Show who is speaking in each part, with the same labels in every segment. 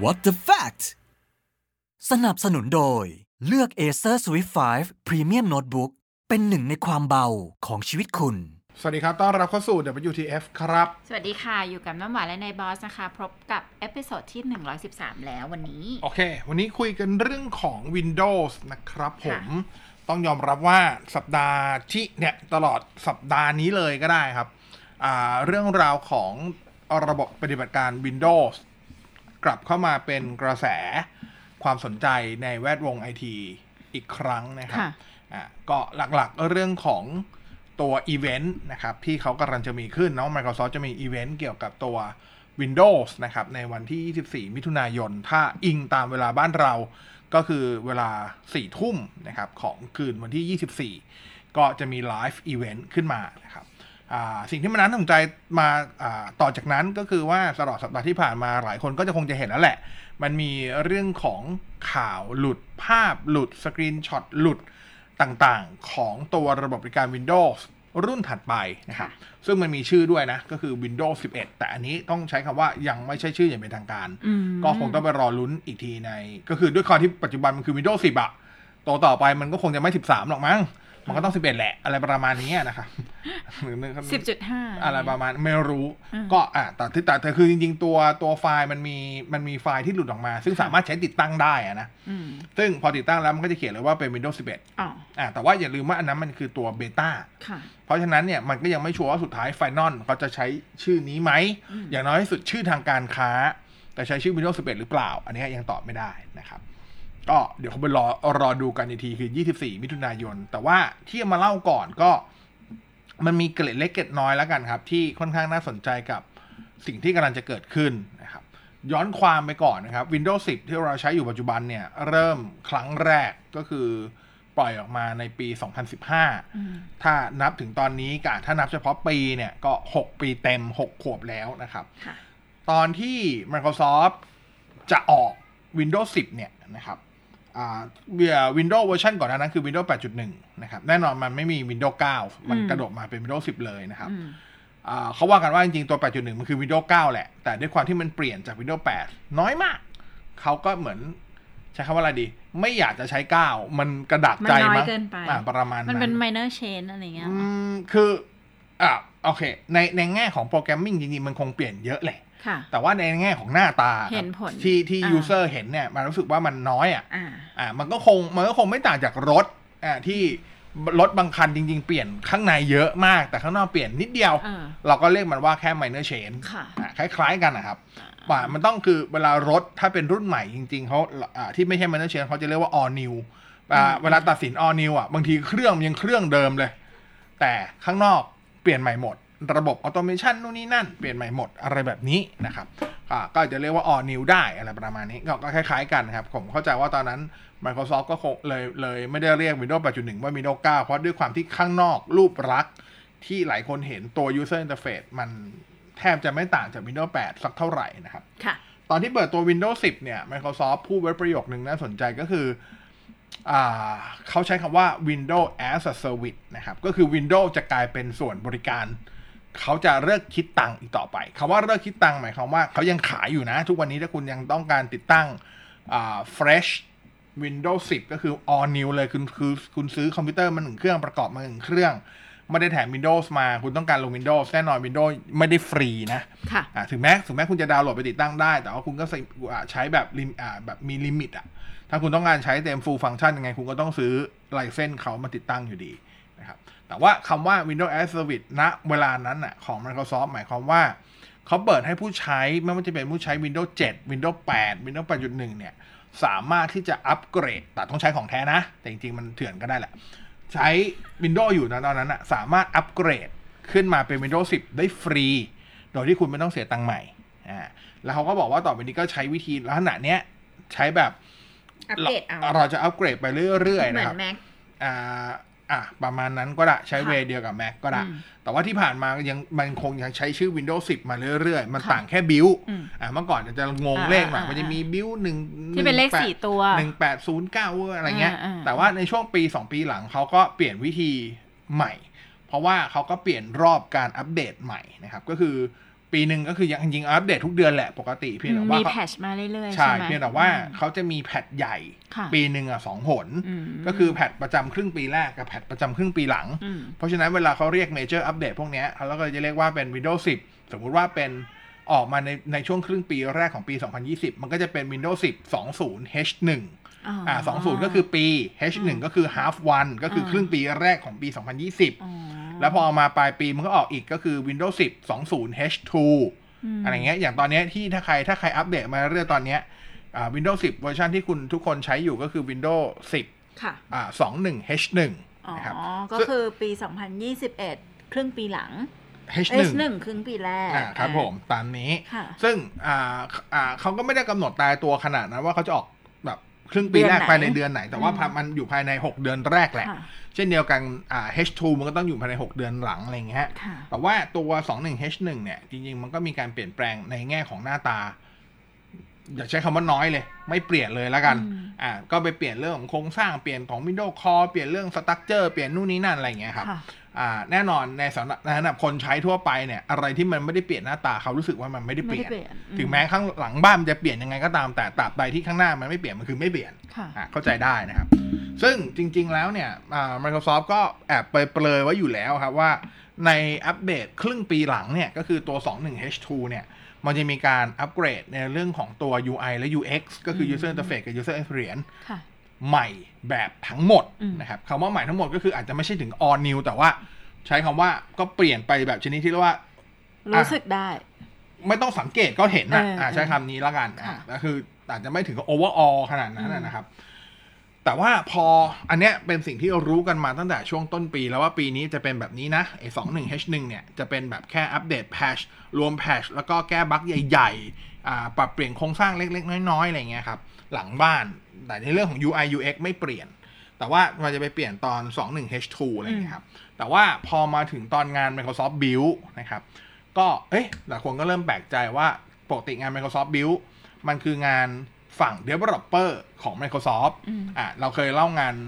Speaker 1: What the Fact สนับสนุนโดยเลือก Acer Swift 5 Premium Notebook เป็นหนึ่งในความเบาของชีวิตคุณ
Speaker 2: สวัสดีครับต้อนรับเข้าสู่ WTF ครับ
Speaker 3: สวัสดีค่ะอยู่กับน้ำหวานและนายบอสนะคะพบกับเอพิโซดที่113แล้ววันนี้
Speaker 2: โอเควันนี้คุยกันเรื่องของ Windows นะครับผมต้องยอมรับว่าสัปดาห์ที่เนี่ยตลอดสัปดาห์นี้เลยก็ได้ครับเรื่องราวของระบบปฏิบัติการ Windows กลับเข้ามาเป็นกระแสความสนใจในแวดวง IT อีกครั้งนะครับก็หลักๆเรื่องของตัวอีเวนต์นะครับที่เขากำลังจะมีขึ้นเนาะ Microsoft จะมีอีเวนต์เกี่ยวกับตัว Windows นะครับในวันที่24มิถุนายนถ้าอิงตามเวลาบ้านเราก็คือเวลา 4 ทุ่มนะครับของคืนวันที่24ก็จะมีไลฟ์อีเวนต์ขึ้นมานะครับสิ่งที่มันน่าสนใจมาต่อจากนั้นก็คือว่าตลอดสัปดาห์ที่ผ่านมาหลายคนก็จะคงจะเห็นแล้วแหละมันมีเรื่องของข่าวหลุดภาพหลุดสกรีนช็อตหลุดต่างๆของตัวระบบบริการ Windows รุ่นถัดไปนะครับซึ่งมันมีชื่อด้วยนะก็คือ Windows 11 แต่อันนี้ต้องใช้คำว่ายังไม่ใช่ชื่ออย่างเป็นทางการก็คงต้องไปรอลุ้นอีกทีในก็คือด้วยความที่ปัจจุบันมันคือ Windows 10 อะต่อไปมันก็คงจะไม่13หรอกมั้งมันก็ต้อง11แหละอะไรประมาณนี้นะครับ
Speaker 3: 10.5
Speaker 2: อะไรประมาณไม่รู้ก็แต่คือจริงๆตัวไฟล์มันมีไฟล์ที่หลุดออกมาซึ่งสามารถใช้ติดตั้งได้นะซึ่งพอติดตั้งแล้วมันก็จะเขียนเลยว่าเป็น Windows 11แต่ว่าอย่าลืมว่าอันนั้นมันคือตัวเบต้าเพราะฉะนั้นเนี่ยมันก็ยังไม่ชัวร์ว่าสุดท้ายไฟนอลเขาจะใช้ชื่อนี้ไหมอย่างน้อยที่สุดชื่อทางการค้าแต่ใช้ชื่อ Windows 11 หรือเปล่าอันนี้ยังตอบไม่ได้นะครับก็เดี๋ยวเขาไปรอดูกันอีกทีคือ24มิถุนายนแต่ว่าที่มาเล่าก่อนก็มันมีเกร็ดเล็กเกร็ดน้อยแล้วกันครับที่ค่อนข้างน่าสนใจกับสิ่งที่กำลังจะเกิดขึ้นนะครับย้อนความไปก่อนนะครับ Windows 10 ที่เราใช้อยู่ปัจจุบันเนี่ยเริ่มครั้งแรกก็คือปล่อยออกมาในปี 2015ถ้านับถึงตอนนี้ถ้านับเฉพาะปีเนี่ยก็6ปีเต็ม6ขวบแล้วนะครับตอนที่ Microsoft จะออก Windows 10 เนี่ยนะครับWindows เวอร์ชันก่อนหน้านั้นคือ Windows 8.1 นะครับแน่นอนมันไม่มี Windows 9 มันกระโดดมาเป็น Windows 10 เลยนะครับเขาว่ากันว่าจริงๆตัว 8.1 มันคือ Windows 9 แหละแต่ด้วยความที่มันเปลี่ยนจาก Windows 8 น้อยมากเขาก็เหมือนใช้คำว่าอะไรดีไม่อยากจะใช้ 9 มันกระดาษใจมั้งประมาณนั้น
Speaker 3: มันเป็น minor change อะไรเงี้ย
Speaker 2: คือโอเคในแง่ของโปรแกรมมิ่งจริงๆมันคงเปลี่ยนเยอะแหละแต่ว่าในแง่ของหน้าตาที่ user เห็นเนี่ยมันรู้สึกว่ามันน้อยมันก็คงไม่ต่างจากรถที่รถบางคันจริงๆเปลี่ยนข้างในเยอะมากแต่ข้างนอกเปลี่ยนนิดเดียวเราก็เรียกมันว่าแค่ minor change คล้ายๆกันนะครับมันต้องคือเวลารถถ้าเป็นรุ่นใหม่จริงๆเขาที่ไม่ใช่ minor change เขาจะเรียกว่า all new เวลาตัดสิน all new บางทีเครื่องยังเครื่องเดิมเลยแต่ข้างนอกเปลี่ยนใหม่หมดระบบออโตเมชันนู่นนี่นั่นเปลี่ยนใหม่หมดอะไรแบบนี้นะครับก็จะเรียกว่า all new ได้อะไรประมาณนี้ก็คล้ายๆกันครับผมเข้าใจว่าตอนนั้น Microsoft ก็คงเลยไม่ได้เรียก Windows 8.1 ว่า Windows 9 เพราะด้วยความที่ข้างนอกรูปลักษณ์ที่หลายคนเห็นตัว user interface มันแทบจะไม่ต่างจาก Windows 8 สักเท่าไหร่นะครับตอนที่เปิดตัว Windows 10 เนี่ย Microsoft พูดไว้ประโยคนึงน่าสนใจก็คือเขาใช้คำว่า Windows as a Service นะครับก็คือ Windows จะกลายเป็นส่วนบริการเขาจะเลิกคิดตังค์อีกต่อไปคำว่าเลิกคิดตังค์หมายความว่าเขายังขายอยู่นะทุกวันนี้ถ้าคุณยังต้องการติดตั้งfresh Windows 10 ก็คือ all new เลยคุณซื้อคอมพิวเตอร์มา1เครื่องประกอบมา1เครื่องไม่ได้แถม Windows มาคุณต้องการลง Windows แน่นอน Windows ไม่ได้ฟรีนะถึงแม้คุณจะดาวน์โหลดไปติดตั้งได้แต่ว่าคุณก็ใช้แบบมีลิมิตถ้าคุณต้องการใช้เต็ม full function ยังไงคุณก็ต้องซื้อไลเซนส์เขามาติดตั้งอยู่ดีนะครับแต่ว่าคำว่า Windows as Service ณเวลานั้นของ Microsoft หมายความว่าเขาเปิดให้ผู้ใช้ไม่ว่าจะเป็นผู้ใช้ Windows 7 Windows 8 Windows 8.1 เนี่ยสามารถที่จะอัปเกรดแต่ต้องใช้ของแท้นะแต่จริงๆมันเถื่อนก็ได้แหละใช้ Windows อยู่ตอนนั้นสามารถอัปเกรดขึ้นมาเป็น Windows 10 ได้ฟรีโดยที่คุณไม่ต้องเสียตังค์ใหม่แล้วเขาก็บอกว่าต่อไปนี้ก็ใช้วิธีลักษณะเนี้ยใช้แบบเราจะอัปเกรดไปเรื่อยๆนะครับประมาณนั้นก็ได้ใช้เวย์เดียวกับ Mac ก็ได้แต่ว่าที่ผ่านมามันคงยังใช้ชื่อ Windows 10 มาเรื่อยๆมันต่างแค่บิลเมื่อก่อนจะงงเลขหน่อยมันจะมีบิล1
Speaker 3: ที่เป็นเลข4ตัว
Speaker 2: 1809อะไรเงี้ยแต่ว่าในช่วงปี2ปีหลังเขาก็เปลี่ยนวิธีใหม่เพราะว่าเขาก็เปลี่ยนรอบการอัปเดตใหม่นะครับก็คือปีนึงก็คือจริงๆอัปเดตทุกเดือนแหละปกติเพียงแต่ว่า
Speaker 3: มีแพทช์มาเรื่อยๆ
Speaker 2: ใช่เพียงแต่ว่าเขาจะมีแพทช์ใหญ่ปีนึง2 หนก็คือแพทช์ประจำครึ่งปีแรกกับแพทช์ประจำครึ่งปีหลังเพราะฉะนั้นเวลาเขาเรียกเมเจอร์อัปเดตพวกนี้เขาก็จะเรียกว่าเป็น Windows 10สมมุติว่าเป็นออกมาในช่วงครึ่งปีแรกของปี2020มันก็จะเป็น Windows 10 20 H1 20ก็คือปี H1 ก็คือ half one ก็คือครึ่งปีแรกของปี2020แล้วพอมาปลายปีมันก็ออกอีกก็คือ Windows 10 20 H2 อะไรเงี้ยอย่างตอนนี้ที่ถ้าใครอัปเดตมาเรื่อยๆตอนนี้Windows 10เวอร์ชันที่คุณทุกคนใช้อยู่ก็คือ Windows 10
Speaker 3: ค่ะ
Speaker 2: 21 H1 นะครับ
Speaker 3: ก็คือปี2021ครึ่งปีหลังH1 ครึ่งปีแรก
Speaker 2: ครับผมตามนี้ซึ่งเขาก็ไม่ได้กำหนดตายตัวขนาดนั้นว่าเขาจะออกแบบครึ่งปีแรกภายในเดือนไหนแต่ว่ามันอยู่ภายใน6เดือนแรกแหละเช่นเดียวกันH2 มันก็ต้องอยู่ภายใน6เดือนหลังอะไรเงี้ยแต่ว่าตัว21 H1 เนี่ยจริงๆมันก็มีการเปลี่ยนแปลงในแง่ของหน้าตาอย่าใช้คำว่าน้อยเลยไม่เปลี่ยนเลยแล้วกันก็ไปเปลี่ยนเรื่องของโครงสร้างเปลี่ยนของ Windows Core เปลี่ยนเรื่องสตรัคเจอร์เปลี่ยนนู่นนี่นั่นอะไรเงี้ยครับแน่นอนในสำหรับคนใช้ทั่วไปเนี่ยอะไรที่มันไม่ได้เปลี่ยนหน้าตาเขารู้สึกว่ามันไม่ได้เปลี่ยนถึงแม้ข้างหลังบ้านจะเปลี่ยนยังไงก็ตามแต่ตราบใดที่ข้างหน้ามันไม่เปลี่ยนมันคือไม่เปลี่ยนเข้าใจได้นะครับซึ่งจริงๆแล้วเนี่ยMicrosoft ก็แอบเปรยๆไว้อยู่แล้วครับว่าในอัปเดตครึ่งปีหลังเนี่ยก็คือตัว 21H2 เนี่ยมันจะมีการอัปเกรดในเรื่องของตัว UI และ UX ก็คือ User Interface กับ User Experience ใหม่แบบทั้งหมดนะครับคำว่าใหม่ทั้งหมดก็คืออาจจะไม่ใช่ถึง all new แต่ว่าใช้คำว่าก็เปลี่ยนไปแบบชนิดที่เรียกว่า
Speaker 3: รู้สึกได้
Speaker 2: ไม่ต้องสังเกตก็เห็นนะใช้คำนี้แล้วกันก็คืออาจจะไม่ถึงกับ overall ขนาดนั้นนะครับแต่ว่าพออันเนี้ยเป็นสิ่งที่เรารู้กันมาตั้งแต่ช่วงต้นปีแล้วว่าปีนี้จะเป็นแบบนี้นะไอ้ 21H1 เนี่ยจะเป็นแบบแค่อัปเดตแพทช์รวมแพทช์แล้วก็แก้บั๊กใหญ่ๆปรับเปลี่ยนโครงสร้างเล็กๆน้อยๆอะไรเงี้ยครับหลังบ้านแต่ในเรื่องของ UI UX ไม่เปลี่ยนแต่ว่ามันจะไปเปลี่ยนตอน 21H2 อะไรเงี้ยครับแต่ว่าพอมาถึงตอนงาน Microsoft Build นะครับก็หลายคนก็เริ่มแปลกใจว่าปกติงาน Microsoft Build มันคืองานฝั่ง developer ของ Microsoft เราเคยเล่างาน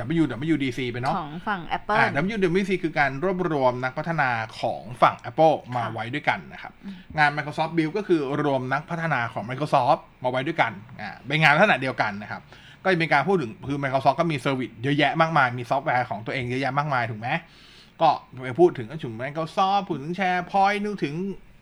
Speaker 2: WWDC ไปเนาะ
Speaker 3: ของฝั่ง Apple
Speaker 2: WWDC คือการรวบรวมนักพัฒนาของฝั่ง Apple มาไว้ด้วยกันนะครับงาน Microsoft Build ก็คือรวมนักพัฒนาของ Microsoft มาไว้ด้วยกันเป็นงานลักษณะเดียวกันนะครับก็จะมีการพูดถึงคือ Microsoft ก็มีเซอร์วิสเยอะแยะมากมายมีซอฟต์แวร์ของตัวเองเยอะแยะมากมายถูกไหมก็ไปพูดถึงMicrosoft พูดถึง SharePoint นึกถึง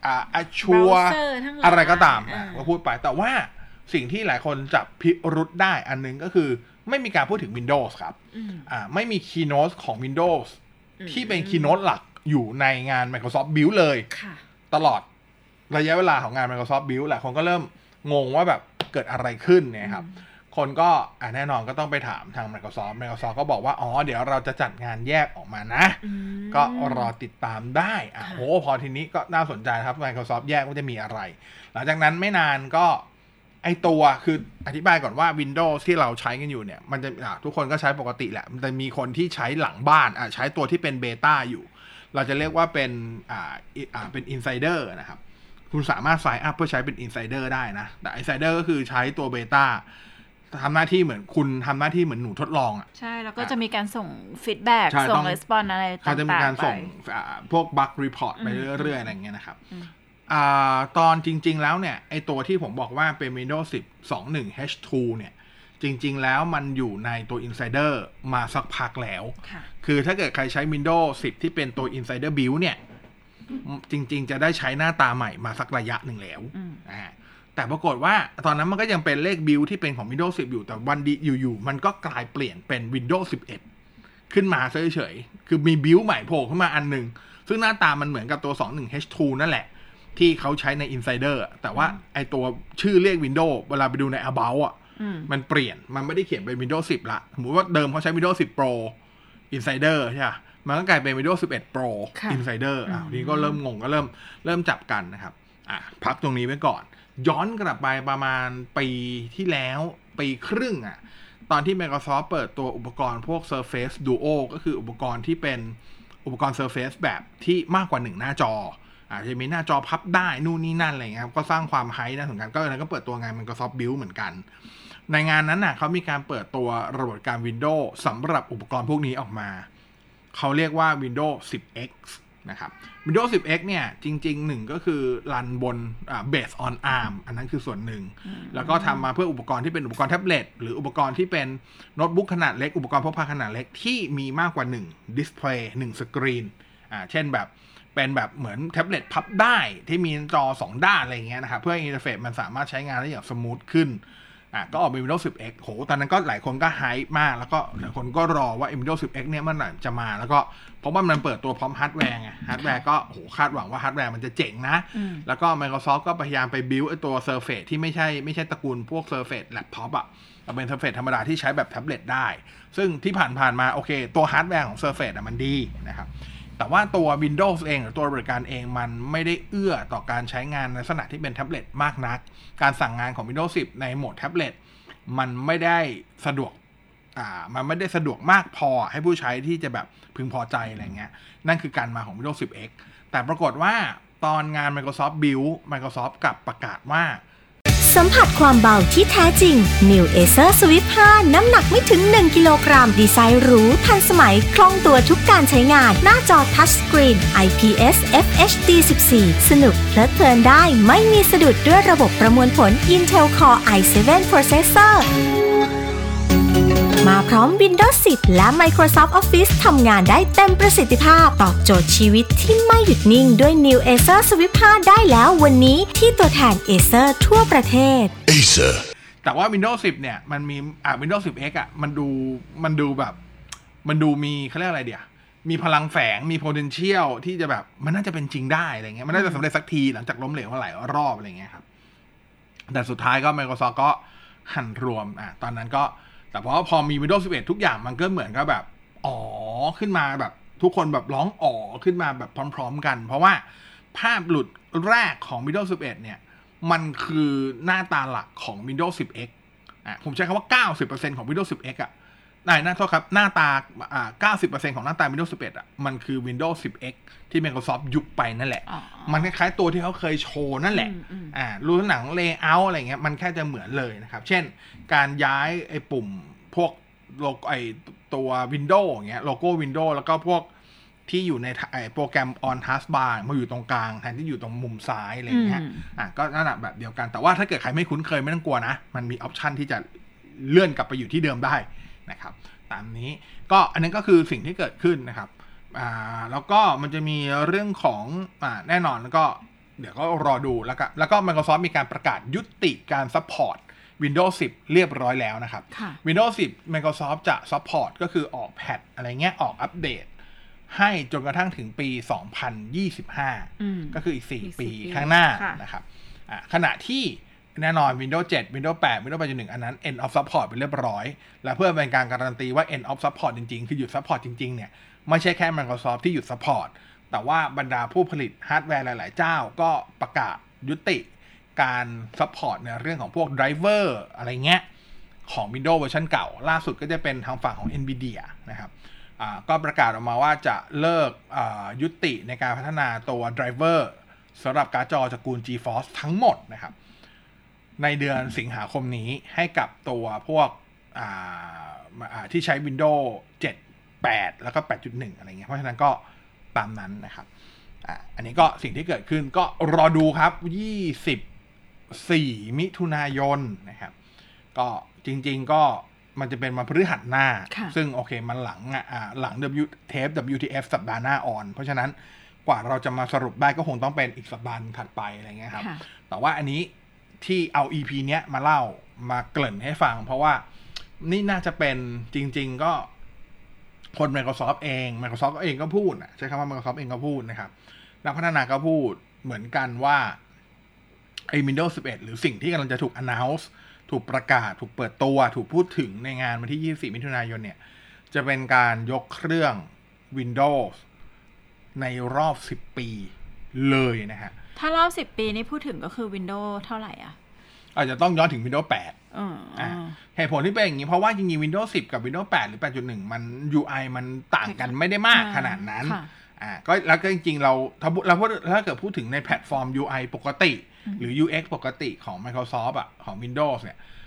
Speaker 2: Azure อะไรก็ตามก็พูดไปแต่ว่าสิ่งที่หลายคนจับพิรุธได้อันนึงก็คือไม่มีการพูดถึง Windows ครับไม่มี Keynote ของ Windows ที่เป็น Keynote หลักอยู่ในงาน Microsoft Build เลยตลอดระยะเวลาของงาน Microsoft Build แหละคนก็เริ่มงงว่าแบบเกิดอะไรขึ้นเนี่ยครับคนก็แน่นอนก็ต้องไปถามทาง Microsoft ก็บอกว่าเดี๋ยวเราจะจัดงานแยกออกมานะก็รอติดตามได้พอทีนี้ก็น่าสนใจครับ Microsoft แยกว่าจะมีอะไรหลังจากนั้นไม่นานก็ไอตัวคืออธิบายก่อนว่า Windows ที่เราใช้กันอยู่เนี่ยมันจะทุกคนก็ใช้ปกติแหละมันจะมีคนที่ใช้หลังบ้านใช้ตัวที่เป็นเบต้าอยู่เราจะเรียกว่าเป็นเป็น Insider นะครับคุณสามารถ sign up เพื่อใช้เป็น Insider ได้นะแต่ Insider ก็คือใช้ตัวเบต้าทำหน้าที่เหมือนคุณทำหน้าที่เหมือนหนูทดลอง
Speaker 3: ใช่แล้วก็จะมีการส่งฟีดแบ็กส่งรีสปอนส์อะไรต่างๆ
Speaker 2: เขาจะมีการส่งพวกบั๊กรีพอร์ตไปเรื่อยๆอะไรอย่างเงี้ยนะครับตอนจริงๆแล้วเนี่ยไอตัวที่ผมบอกว่าเป็น Windows 10 21H2 เนี่ยจริงๆแล้วมันอยู่ในตัว Insider มาสักพักแล้วคือถ้าเกิดใครใช้ Windows 10 ที่เป็นตัว Insider Build เนี่ยจริงๆจะได้ใช้หน้าตาใหม่มาสักระยะหนึ่งแล้วแต่ปรากฏว่าตอนนั้นมันก็ยังเป็นเลข Build ที่เป็นของ Windows 10 อยู่แต่วันดีอยู่ๆมันก็กลายเปลี่ยนเป็น Windows 11 ขึ้นมาเฉยๆคือมี Build ใหม่โผล่ขึ้นมาอันนึงซึ่งหน้าตามันเหมือนกับตัว 21H2 นั่นแหละที่เขาใช้ใน Insider แต่ว่าไอตัวชื่อเรียก Windows เวลาไปดูใน About มันเปลี่ยนมันไม่ได้เขียนเป็น Windows 10 ละสมมติว่าเดิมเขาใช้ Windows 10 Pro Insider ใช่ป่ะมันก็กลายเป็น Windows 11 Pro Insider ทีนี้ก็เริ่มงงก็เริ่มจับกันนะครับพักตรงนี้ไว้ก่อนย้อนกลับไปประมาณปีที่แล้วปีครึ่งตอนที่ Microsoft เปิดตัวอุปกรณ์พวก Surface Duo ก็คืออุปกรณ์ที่เป็นอุปกรณ์ Surface แบบที่มากกว่า1หน้าจอจะมีหน้าจอพับได้นู่นนี่นั่นอะไรเงี้ยครับก็สร้างความไฮป์นะถึงกันก็เปิดตัวงาน Microsoft Build เหมือนกันในงานนั้นเขามีการเปิดตัวระบบการ Windows สำหรับอุปกรณ์พวกนี้ออกมาเขาเรียกว่า Windows 10X นะครับ Windows 10X เนี่ยจริงๆ1ก็คือรันบนbased on ARM อันนั้นคือส่วนหนึ่งแล้วก็ทำมาเพื่ออุปกรณ์ที่เป็นอุปกรณ์แท็บเล็ตหรืออุปกรณ์ที่เป็นโน้ตบุ๊กขนาดเล็กอุปกรณ์พกพาขนาดเล็กที่มีมากกว่า1 display 1 สกรีนเช่นแบบเป็นแบบเหมือนแท็บเล็ตพับได้ที่มีจอ2ด้านอะไรอย่างเงี้ยนะครับเพื่ออินเทอร์เฟซมันสามารถใช้งานได้อย่างสมูทขึ้นก็ออกเป็น Windows 10X โหตอนนั้นก็หลายคนก็ไฮป์มากแล้วก็หลายคนก็รอว่า Windows 10X เนี่ยเมื่อไหร่จะมาแล้วก็เพราะว่ามันเปิดตัวพร้อมฮาร์ดแวร์ไงฮาร์ดแวร์ก็โหคาดหวังว่าฮาร์ดแวร์มันจะเจ๋งนะแล้วก็ Microsoft ก็พยายามไปบิลด์ไอ้ตัว Surface ที่ไม่ใช่ตระกูลพวก Surface Laptop เป็น Surface ธรรมดาที่ใช้แบบแท็บเล็ตได้ซึ่งที่ผ่านมาโอเคตัวฮาร์ดแวร์ของ Surface มันดีนะครับแต่ว่าตัว Windows เองหรือตัวบริการเองมันไม่ได้เอื้อต่อการใช้งานในลักษณะที่เป็นแท็บเล็ตมากนักการสั่งงานของ Windows 10 ในโหมดแท็บเล็ตมันไม่ได้สะดวกมันไม่ได้สะดวกมากพอให้ผู้ใช้ที่จะแบบพึงพอใจอะไรเงี้ยนั่นคือการมาของ Windows 10X แต่ปรากฏว่าตอนงาน Microsoft Build Microsoft กลับประกาศว่า
Speaker 4: สัมผัสความเบาที่แท้จริง New Acer Swift 5 น้ำหนักไม่ถึง1กิโลกรัมดีไซน์หรูทันสมัยคล่องตัวทุกการใช้งานหน้าจอทัชสกรีน IPS FHD 14 สนุกเพลิดเพลินได้ไม่มีสะดุดด้วยระบบประมวลผล Intel Core i7 Processor มาพร้อม Windows 10 และ Microsoft Office ทำงานได้เต็มประสิทธิภาพตอบโจทย์ชีวิตที่ไม่หยุดนิ่งด้วย New Acer Swift 5 ได้แล้ววันนี้ที่ตัวแทน Acer ทั่วประเทศ
Speaker 2: Acer แต่ว่า Windows 10 เนี่ยมันมีWindows 10X มันดูแบบมันดูมีเขาเรียกอะไรเดี๋ยวมีพลังแฝงมี potential ที่จะแบบมันน่าจะเป็นจริงได้อะไรเงี้ยมันน่าจะสำเร็จสักทีหลังจากล้มเหลวมาหลายรอบอะไรเงี้ยครับแต่สุดท้ายก็ Microsoft ก็หั่นรวมตอนนั้นก็แต่เพราะพอมี Windows 11 ทุกอย่างมันก็เหมือนกับแบบขึ้นมาแบบทุกคนแบบร้องขึ้นมาแบบพร้อมๆกันเพราะว่าภาพหลุดแรกของ Windows 11 เนี่ยมันคือหน้าตาหลักของ Windows 10X ผมใช้คำว่า 90% ของ Windows 10X น่าโทษครับหน้าตา90% ของหน้าตา Windows 11 มันคือ Windows 10X ที่ Microsoft ยุบไปนั่นแหละมันคล้ายๆตัวที่เขาเคยโชว์นั่นแหละรูปหนัง layout อะไรเงี้ยมันแค่จะเหมือนเลยนะครับเช่นการย้ายไอ้ปุ่มพวกโลโก้ไอ้ตัว Windows อย่างเงี้ยโลโก้ Windows แล้วก็พวกที่อยู่ในโปรแกรม on taskbar มาอยู่ตรงกลางแทนที่อยู่ตรงมุมซ้ายอะไรเงี้ยก็นั่นแหละแบบเดียวกันแต่ว่าถ้าเกิดใครไม่คุ้นเคยไม่ต้องกลัวนะมันมีออปชันที่จะเลื่อนกลับไปอยู่ที่เดิมได้นะครับตามนี้ก็อันนั้นก็คือสิ่งที่เกิดขึ้นนะครับแล้วก็มันจะมีเรื่องของแน่นอนแล้วก็เดี๋ยวก็รอดูแล้วก็ Microsoft มีการประกาศยุติการซัพพอร์ต Windows 10 เรียบร้อยแล้วนะครับ Windows 10 Microsoft จะซัพพอร์ตก็คือออกแพทอะไรเงี้ยออกอัปเดตให้จนกระทั่งถึงปี 2025 ก็คืออีก4 ปีข้างหน้านะครับขณะที่แน่นอน Windows 7 Windows 8 Windows 8.1 อันนั้น end of support ไปเรียบร้อยและเพื่อเป็นการการันตีว่า end of support จริงๆคือหยุด support จริงๆเนี่ยไม่ใช่แค่ Microsoft ที่หยุด support แต่ว่าบรรดาผู้ผลิตฮาร์ดแวร์หลายๆเจ้าก็ประกาศยุติการ support ในเรื่องของพวก driver อะไรเงี้ยของ Windows เวอร์ชันเก่าล่าสุดก็จะเป็นทางฝั่งของ Nvidia นะครับก็ประกาศออกมาว่าจะเลิกยุติในการพัฒนาตัว driver สำหรับการ์ดจอตระกูล GeForce ทั้งหมดนะครับในเดือนสิงหาคมนี้ให้กับตัวพวกที่ใช้ Windows 7 8 แล้วก็ 8.1 อะไรเงี้ยเพราะฉะนั้นก็ตามนั้นนะครับอันนี้ก็สิ่งที่เกิดขึ้นก็รอดูครับ24 มิถุนายนนะครับก็จริงๆก็มันจะเป็นวันพฤหัสหน้าซึ่งโอเคมันหลังWTF สัปดาห์หน้าออนเพราะฉะนั้นกว่าเราจะมาสรุปได้ก็คงต้องเป็นอีกสัปดาห์ถัดไปอะไรเงี้ยครับแต่ว่าอันนี้ที่เอา EP เนี้ยมาเล่ามาเกริ่นให้ฟังเพราะว่านี่น่าจะเป็นจริงๆก็คน Microsoft เอง Microsoft เองก็พูดใช้คำว่า Microsoft เองก็พูดนะครับนักพัฒนาก็พูดเหมือนกันว่าไอ้ Windows 11 หรือสิ่งที่กำลังจะถูก announce ถูกประกาศถูกเปิดตัวถูกพูดถึงในงานวันที่24 มิถุนายนเนี่ยจะเป็นการยกเครื่อง Windows ในรอบ10 ปีเลยนะฮะ
Speaker 3: ถ้ารอบ10 ปีนี่พูดถึงก็คือ Windows เท่าไหร่
Speaker 2: อาจจะต้องย้อนถึง Windows 8เหตุผลที่เป็นอย่างนี้เพราะว่าจริงๆ Windows 10 กับ Windows 8 หรือ 8.1 มัน UI มันต่างกันไม่ได้มากขนาดนั้นก็แล้วก็จริงๆเราถ้าเกิดพูดถึงในแพลตฟอร์ม UI ปกติหรือ UX ปกติของ Microsoft ของ Windows เนี่ย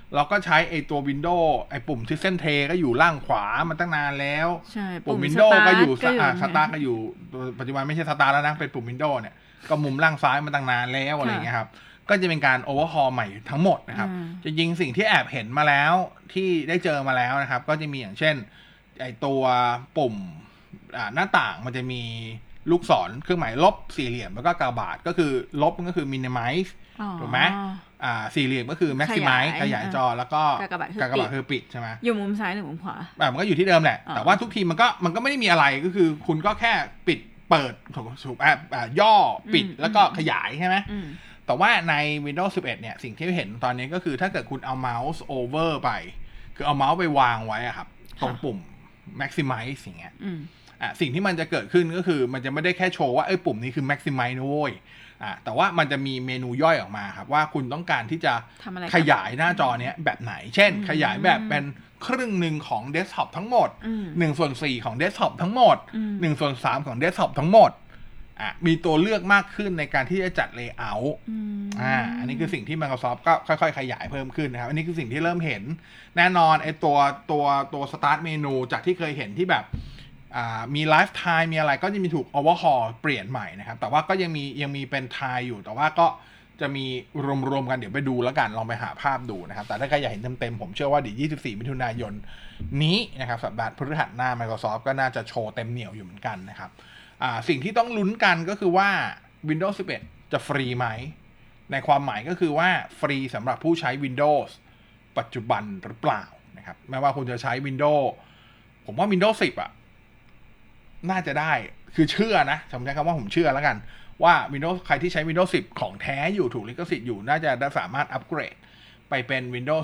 Speaker 2: เราก็ใช้ไอ้ตัว Windows ไอ้ปุ่มที่เส้นเทก็อยู่ล่างขวามันตั้งนานแล้วปุ่ม Windows ก็อยู่สตาร์ทก็อยู่ปัจจุบันไม่ใช่สตาร์ทแล้วนะเป็นปุ่ม Windows เนี่ยก็มุมล่างซ้ายมันตั้งนานแล้วอะไรอย่างเงี้ยครับก็จะเป็นการโอเวอร์ฮอลใหม่ทั้งหมดนะครับจริงๆสิ่งที่แอบเห็นมาแล้วที่ได้เจอมาแล้วนะครับก็จะมีอย่างเช่นไอ้ตัวปุ่มหน้าต่างมันจะมีลูกศรเครื่องหมายลบสี่เหลี่ยมแล้วก็กากบาทก็คือลบก็คือ minimize ถูกไหมสี่เหลี่ยมก็คือ maximize ขยายจอแล้วก็กากบาทคือปิดใช่ไหม
Speaker 3: อยู่มุมซ้ายหรือมุมขวา
Speaker 2: มันก็อยู่ที่เดิมแหละแต่ว่าทุกทีมันก็ไม่ได้มีอะไรก็คือคุณก็แค่ปิดเปิดถูกย่อปิดแล้วก็ขยายใช่ไหมแต่ว่าใน Windows 11 เนี่ยสิ่งที่เห็นตอนนี้ก็คือถ้าเกิดคุณเอาเมาส์ over ไปคือเอาเมาส์ไปวางไว้อะครับตรงปุ่ม maximize อย่างเงี้ยสิ่งที่มันจะเกิดขึ้นก็คือมันจะไม่ได้แค่โชว์ว่าปุ่มนี้คือ maximize นะโว้ยแต่ว่ามันจะมีเมนูย่อยออกมาครับว่าคุณต้องการที่จะขยายหน้าจอเนี้ยแบบไหนเช่นขยายแบบเป็นครึ่งหนึ่งของเดสก์ท็อปทั้งหมด1/4ของเดสก์ท็อปทั้งหมด1/3ของเดสก์ท็อปทั้งหมดมีตัวเลือกมากขึ้นในการที่จะจัดเลเยอร์อันนี้คือสิ่งที่ Microsoft ก็ค่อยๆขยายเพิ่มขึ้นนะครับอันนี้คือสิ่งที่เริ่มเห็นแน่นอนไอ้ตัว Start เมนูจากที่เคยเห็นที่แบบมีไลฟ์ไทม์มีอะไรก็จะมีถูก overhaul เปลี่ยนใหม่นะครับแต่ว่าก็ยังมีเป็นไทม์อยู่แต่ว่าก็จะมีรวมๆกันเดี๋ยวไปดูแล้วกันลองไปหาภาพดูนะครับแต่ถ้าใครอยากเห็นเต็มๆผมเชื่อว่าเดี๋ยว24 มิถุนายนนี้นะครับสัปดาห์พฤหัสหน้า Microsoft ก็น่าจะโชว์เต็มเหนียวอยู่เหมือนกันนะครับสิ่งที่ต้องลุ้นกันก็คือว่า Windows 11 จะฟรีไหมในความหมายก็คือว่าฟรีสำหรับผู้ใช้ Windows ปัจจุบันหรือเปล่านะครับไม่ว่าคุณจะใช้ Windows ผมว่า Windows 10น่าจะได้คือเชื่อนะผมใช้คำว่าผมเชื่อแล้วกันว่า Windows ใครที่ใช้ Windows 10 ของแท้อยู่ถูกลิขสิทธิ์อยู่น่าจะสามารถอัปเกรดไปเป็น Windows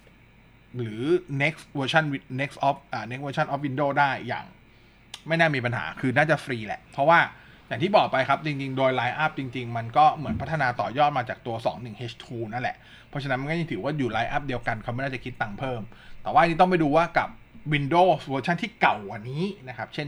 Speaker 2: 11 หรือ next version of Windows ได้อย่างไม่น่ามีปัญหาคือน่าจะฟรีแหละเพราะว่าอย่างที่บอกไปครับจริงๆโดยไลน์อัพจริงๆมันก็เหมือนพัฒนาต่อยอดมาจากตัว 21H2 นั่นแหละเพราะฉะนั้นมันก็ยังถือว่าอยู่ไลน์อัพเดียวกันเขาไม่น่าจะคิดตังค์เพิ่มแต่ว่านี่ต้องไปดูว่ากับ Windows เวอร์ชันที่เก่ากว่านี้นะครับเช่น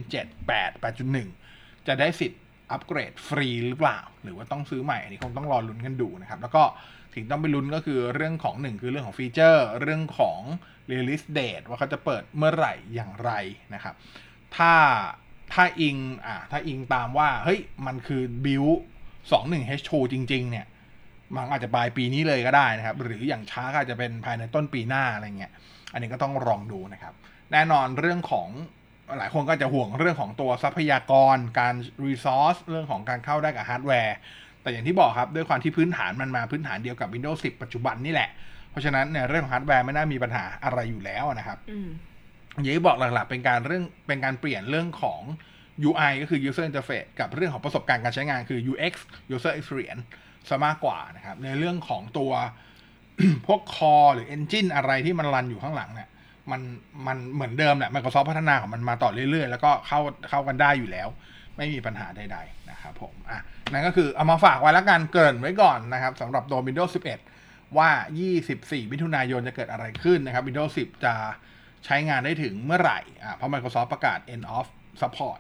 Speaker 2: 8.1 จะได้สิทธิ์อัปเกรดฟรีหรือเปล่าหรือว่าต้องซื้อใหม่อันนี้คงต้องรอลุ้นกันดูนะครับแล้วก็สิ่งต้องไปลุ้นก็คือเรื่องของ1คือเรื่องของฟีเจอร์เรื่องของ release date ว่าเขาจะเปิดเมื่อไหร่อย่างไรนะครับถ้าอิงตามว่าเฮ้ยมันคือ build 21H2 จริงๆเนี่ยมันอาจจะปลายปีนี้เลยก็ได้นะครับหรืออย่างช้าก็อาจจะเป็นภายในต้นปีหน้าอะไรเงี้ยอันนี้ก็ต้องลองดูนะครับแน่นอนเรื่องของหลายคนก็จะห่วงเรื่องของตัวทรัพยากรการ resource เรื่องของการเข้าได้กับฮาร์ดแวร์แต่อย่างที่บอกครับด้วยความที่พื้นฐานมันมาพื้นฐานเดียวกับ Windows 10 ปัจจุบันนี่แหละเพราะฉะนั้นเนี่ยเรื่องของฮาร์ดแวร์ไม่น่ามีปัญหาอะไรอยู่แล้วนะครับอย่างที่บอกหลักๆเป็นการเปลี่ยนเรื่องของ UI ก็คือ user interface กับเรื่องของประสบการณ์การใช้งานคือ UX user experience ซะมากกว่านะครับในเรื่องของตัว พวก core หรือ engine อะไรที่มันรันอยู่ข้างหลังเนี่ยมันเหมือนเดิมแหละ Microsoft พัฒนาของมันมาต่อเรื่อยๆแล้วก็เข้ากันได้อยู่แล้วไม่มีปัญหาใดๆนะครับผมนั่นก็คือเอามาฝากไว้แล้วกันเกริ่นไว้ก่อนนะครับสำหรับตัว Windows 11 ว่า24 มิถุนายนจะเกิดอะไรขึ้นนะครับ Windows 10 จะใช้งานได้ถึงเมื่อไหร่เพราะ Microsoft ประกาศ end of support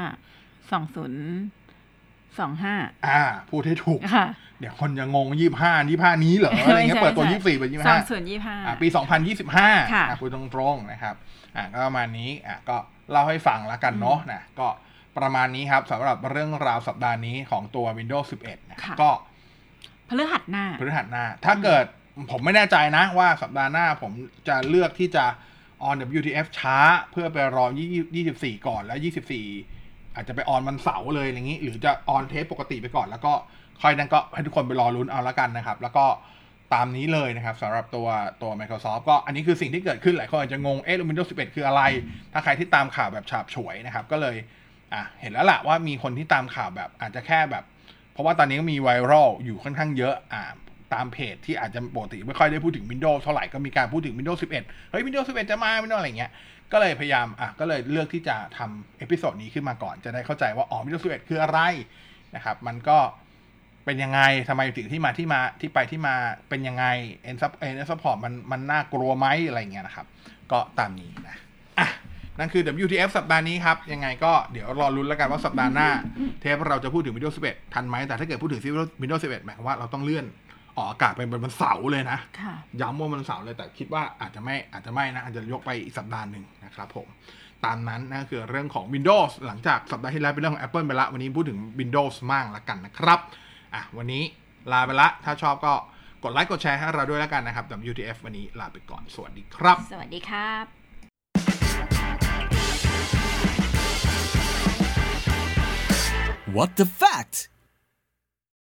Speaker 3: 2025
Speaker 2: พูดให้ถูกเดี๋ยวคนจะงง25นี้เหรออะไรเงี้ยเปิดตัว24เป็น25ปี2025พูดตรงๆนะครับก็ประมาณนี้ก็เล่าให้ฟังแล้วกันเนาะนะก็ประมาณนี้ครับสำหรับเรื่องราวสัปดาห์นี้ของตัว Windows 11 นะก็
Speaker 3: พฤหัสหน้า
Speaker 2: ถ้าเกิดผมไม่แน่ใจนะว่าสัปดาห์หน้าผมจะเลือกที่จะ on WTF ช้าเพื่อไปรอ24ก่อนแล้ว24อาจจะไปออนวันเสาร์เลยอย่างนี้หรือจะออนเทปปกติไปก่อนแล้วก็ค่อยนั้นก็ให้ทุกคนไปรอลุ้นเอาละกันนะครับแล้วก็ตามนี้เลยนะครับสำหรับตัว Microsoft ก็อันนี้คือสิ่งที่เกิดขึ้นหลายคนอาจจะงงWindows 11 คืออะไรถ้าใครที่ตามข่าวแบบฉาบฉวยนะครับก็เลยเห็นแล้วล่ะว่ามีคนที่ตามข่าวแบบอาจจะแค่แบบเพราะว่าตอนนี้ก็มีไวรัลอยู่ค่อนข้างเยอะตามเพจที่อาจจะปกติไม่ค่อยได้พูดถึง Windows เท่าไหร่ก็มีการพูดถึง Windows 11 เฮ้ย Windows 11 จะมา Windows อะไรเงี้ยก็เลยพยายามก็เลยเลือกที่จะทำเอพิโซดนี้ขึ้นมาก่อนจะได้เข้าใจว่าWindows 11 คืออะไรนะครับมันก็เป็นยังไงทำไมถึงที่ไปที่มาเป็นยังไงEnd support มันน่ากลัวไหมอะไรเงี้ยนะครับก็ตามนี้นะนั่นคือ WTF สัปดาห์นี้ครับยังไงก็เดี๋ยวรอลุ้นแล้วกันว่าสัปดาห์หน้าเทปเราจะพูดถึง Windows 11 ทันไหมแต่ถ้าเกิดพูดถึง Windows 11 หมายความว่าเราต้องเลื่อนออกอากาศไปเป็นวันเสาร์เลยนะย้ำว่าวันเสาร์เลยแต่คิดว่าอาจจะไม่นะอาจจะยกไปอีกสัปดาห์นึงนะครับผมตามนั้นนะคือเรื่องของ Windows หลังจากสัปดาห์ที่แล้วเป็นเรื่องของ Apple ไปละวันนี้พูดถึง Windows มั่งละกันนะครับวันนี้ลาไปละถ้าชอบก็กดไลค์กดแชร์ให้เราด้วยแล้วกันนะครับWTF วันนี้ลาไปก่อนสวัสดีครับ
Speaker 3: สวัสดีครับ
Speaker 1: What the fact